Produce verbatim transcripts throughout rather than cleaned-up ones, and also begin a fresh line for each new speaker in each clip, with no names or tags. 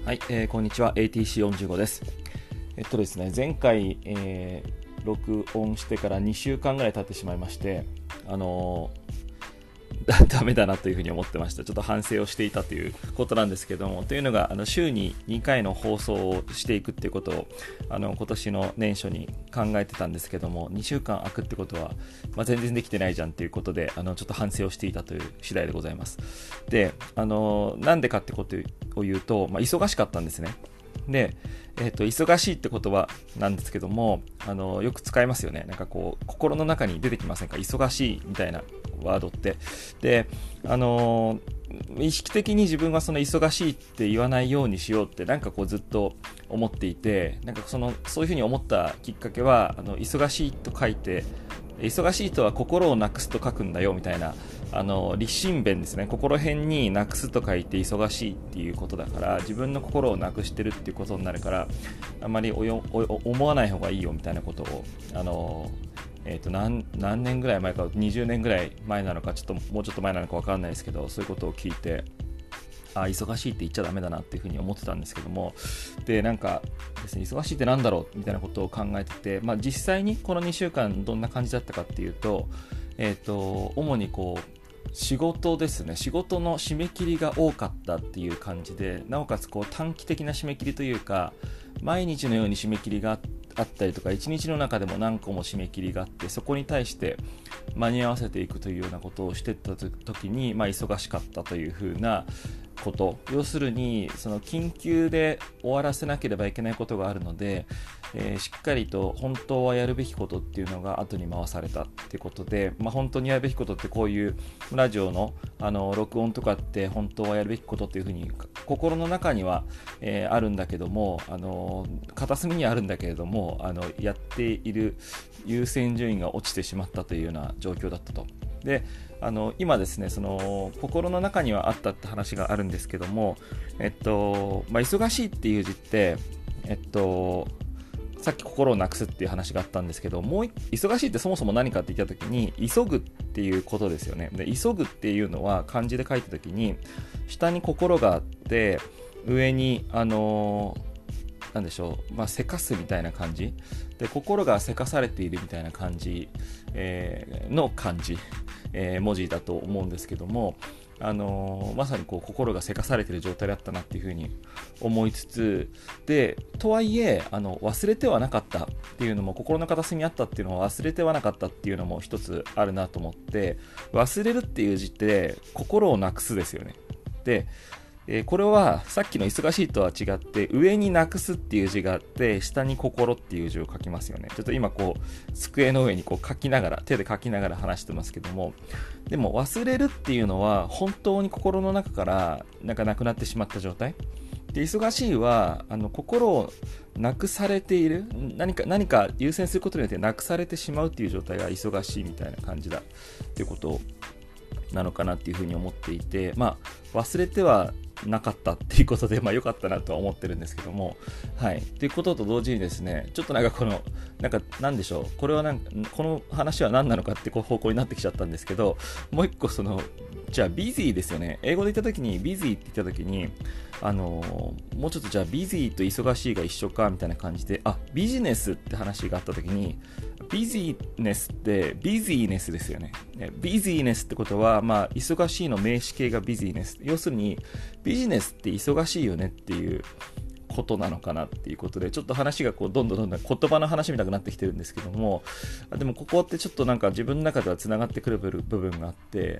はい、えー、こんにちは。 エーティーシーよんじゅうご です。えっとですね前回、えー、録音してからにしゅうかんぐらい経ってしまいまして、あのー、ダメだなというふうに思ってました。ちょっと反省をしていたということなんですけども、というのがあの週ににかいの放送をしていくっていうことをあの今年の年初に考えてたんですけども、にしゅうかん空くってことは、まあ、全然できてないじゃんっていうことで、あのちょっと反省をしていたという次第でございます。で、あのなんでかってことを言うと、まあ、忙しかったんですね。で、えーと、忙しいって言葉なんですけども、あのよく使いますよね。なんかこう心の中に出てきませんか、忙しいみたいなワードって。で、あの意識的に自分はその忙しいって言わないようにしようってなんかこうずっと思っていて、なんかそのそういうふうに思ったきっかけは、あの忙しいと書いて、忙しいとは心をなくすと書くんだよみたいな、あの立身弁ですね。心辺になくすと書いて忙しいっていうことだから、自分の心をなくしてるっていうことになるから、あまりおよお思わない方がいいよみたいなことを、あのえー、と 何, 何年ぐらい前か、にじゅうねんぐらい前なのか、ちょっともうちょっと前なのか分かんないですけど、そういうことを聞いて、あ、忙しいって言っちゃダメだなっていうふうに思ってたんですけども、でなんかですね、忙しいってなんだろうみたいなことを考えてて、まあ、実際にこのにしゅうかんどんな感じだったかっていうと、えー、と主にこう仕事ですね。仕事の締め切りが多かったっていう感じで、なおかつこう短期的な締め切りというか、毎日のように締め切りがあったりとか、一日の中でも何個も締め切りがあって、そこに対して間に合わせていくというようなことをしていった時に、まあ、忙しかったというふうなこと。要するにその緊急で終わらせなければいけないことがあるので、えー、しっかりと本当はやるべきことっていうのが後に回されたっていうことで、まあ、本当にやるべきことって、こういうラジオの、あの録音とかって本当はやるべきことっていうふうに心の中には、えー、あるんだけども、あの片隅にはあるんだけれども、あのやっている優先順位が落ちてしまったというような状況だったと。で、あの今ですね、その心の中にはあったって話があるんですけども、えっとまあ、忙しいっていう字って、えっとさっき心をなくすっていう話があったんですけど、もう忙しいってそもそも何かって言った時に、急ぐっていうことですよね。で、急ぐっていうのは漢字で書いた時に、下に心があって上にあのー、なんでしょう、まあ、せかすみたいな感じで、心がせかされているみたいな感じ、えー、の漢字、えー、文字だと思うんですけども、あのー、まさにこう心がせかされている状態だったなっていうふうに思いつつ、でとはいえあの忘れてはなかったっていうのも、心の片隅にあったっていうのは忘れてはなかったっていうのも一つあるなと思って、忘れるっていう字って心をなくすですよね。で、えー、これはさっきの忙しいとは違って、上になくすっていう字があって、下に心っていう字を書きますよね。ちょっと今こう机の上にこう書きながら、手で書きながら話してますけども、でも忘れるっていうのは本当に心の中からなんかなくなってしまった状態で、忙しいはあの心をなくされている、何か何か優先することによってなくされてしまうっていう状態が忙しいみたいな感じだっていうことなのかなっていうふうに思っていて、まあ忘れてはなかったっていうことで、まあ良かったなとは思ってるんですけども、はい。ということと同時にですね、ちょっとなんかこの、なんかなんでしょう、これはなんか、この話は何なのかってこう方向になってきちゃったんですけど、もう一個その、じゃあビジーですよね。英語で言った時に、ビジーって言った時に、あのー、もうちょっとじゃあビジーと忙しいが一緒かみたいな感じで、あ、ビジネスって話があった時に、ビジネスってビジーネスですよね。ビジーネスってことは、まあ、忙しいの名詞形がビジネス。要するに、ビジネスって忙しいよねっていうことなのかなっていうことで、ちょっと話がこうどんどんどんどん言葉の話みたくなってきてるんですけども、でもここってちょっとなんか自分の中ではつながってくる部分があって、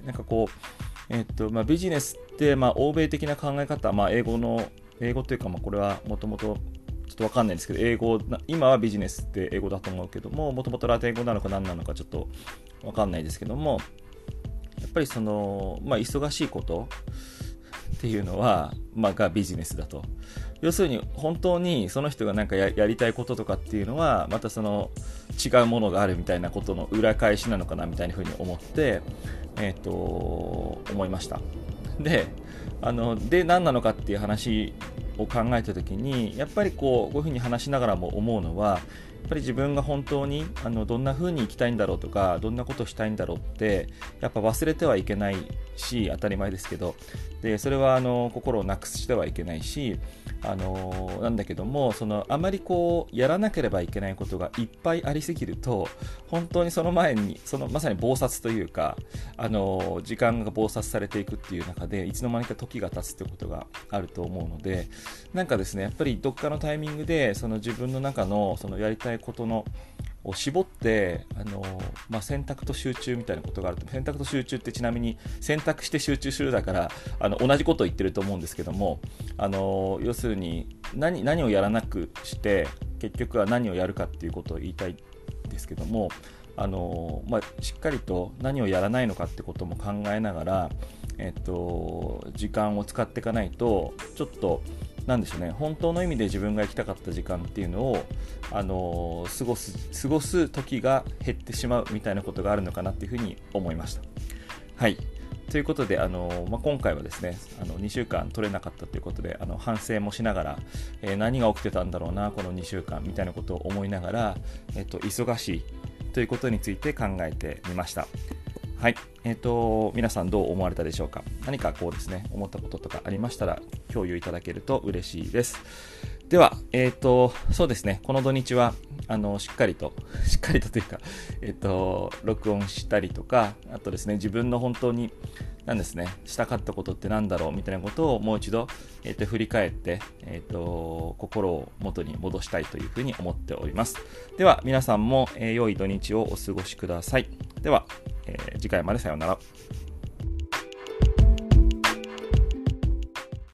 なんかこう、えっとまあ、ビジネスってまあ欧米的な考え方、まあ、英語の英語というか、まあこれはもともとちょっとわかんないですけど、英語今はビジネスって英語だと思うけども、もともとラテン語なのか何なのかちょっとわかんないですけども、やっぱりその、まあ、忙しいことっていうのは、まあ、がビジネスだと。要するに本当にその人がなんか や, やりたいこととかっていうのはまたその違うものがあるみたいなことの裏返しなのかなみたいな風に思って、えー、と思いました。で、あので何なのかっていう話を考えたときに、やっぱりこうこういう風に話しながらも思うのは、やっぱり自分が本当にあのどんな風に生きたいんだろうとか、どんなことをしたいんだろうってやっぱ忘れてはいけないし、当たり前ですけど、でそれはあの心をなくしてはいけないし、あのなんだけども、そのあまりこうやらなければいけないことがいっぱいありすぎると、本当にその前にそのまさに忙殺というか、あの時間が忙殺されていくっていう中で、いつの間にか時が経つってことがあると思うので、なんかですね、やっぱりどっかのタイミングでその自分の中のそのやりたいことのを絞って、あのまあ、選択と集中みたいなことがあると。選択と集中ってちなみに選択して集中するだから、あの同じことを言ってると思うんですけども、あの要するに 何, 何をやらなくして結局は何をやるかっていうことを言いたいんですけども、あの、まあ、しっかりと何をやらないのかってことも考えながら、えっと、時間を使っていかないと、ちょっとなんでしょうね、本当の意味で自分が行きたかった時間っていうのを、あの過ごす過ごす時が減ってしまうみたいなことがあるのかなっていうふうに思いました。はい、ということで、あの、まあ、今回はですね、あのにしゅうかん取れなかったということで、あの反省もしながら、えー、何が起きてたんだろうなこのにしゅうかんみたいなことを思いながら、えっと、忙しいということについて考えてみました。はい、えーと、皆さんどう思われたでしょうか。何かこうですね、思ったこととかありましたら共有いただけると嬉しいです。では、えーと、そうですね、この土日はあのしっかりとしっかりとというか、えーと、録音したりとか、あとですね、自分の本当になんですね、したかったことってなんだろうみたいなことをもう一度、えーと、振り返って、えーと、心を元に戻したいというふうに思っております。では皆さんも、えー、良い土日をお過ごしください。では、えー、次回までさようなら。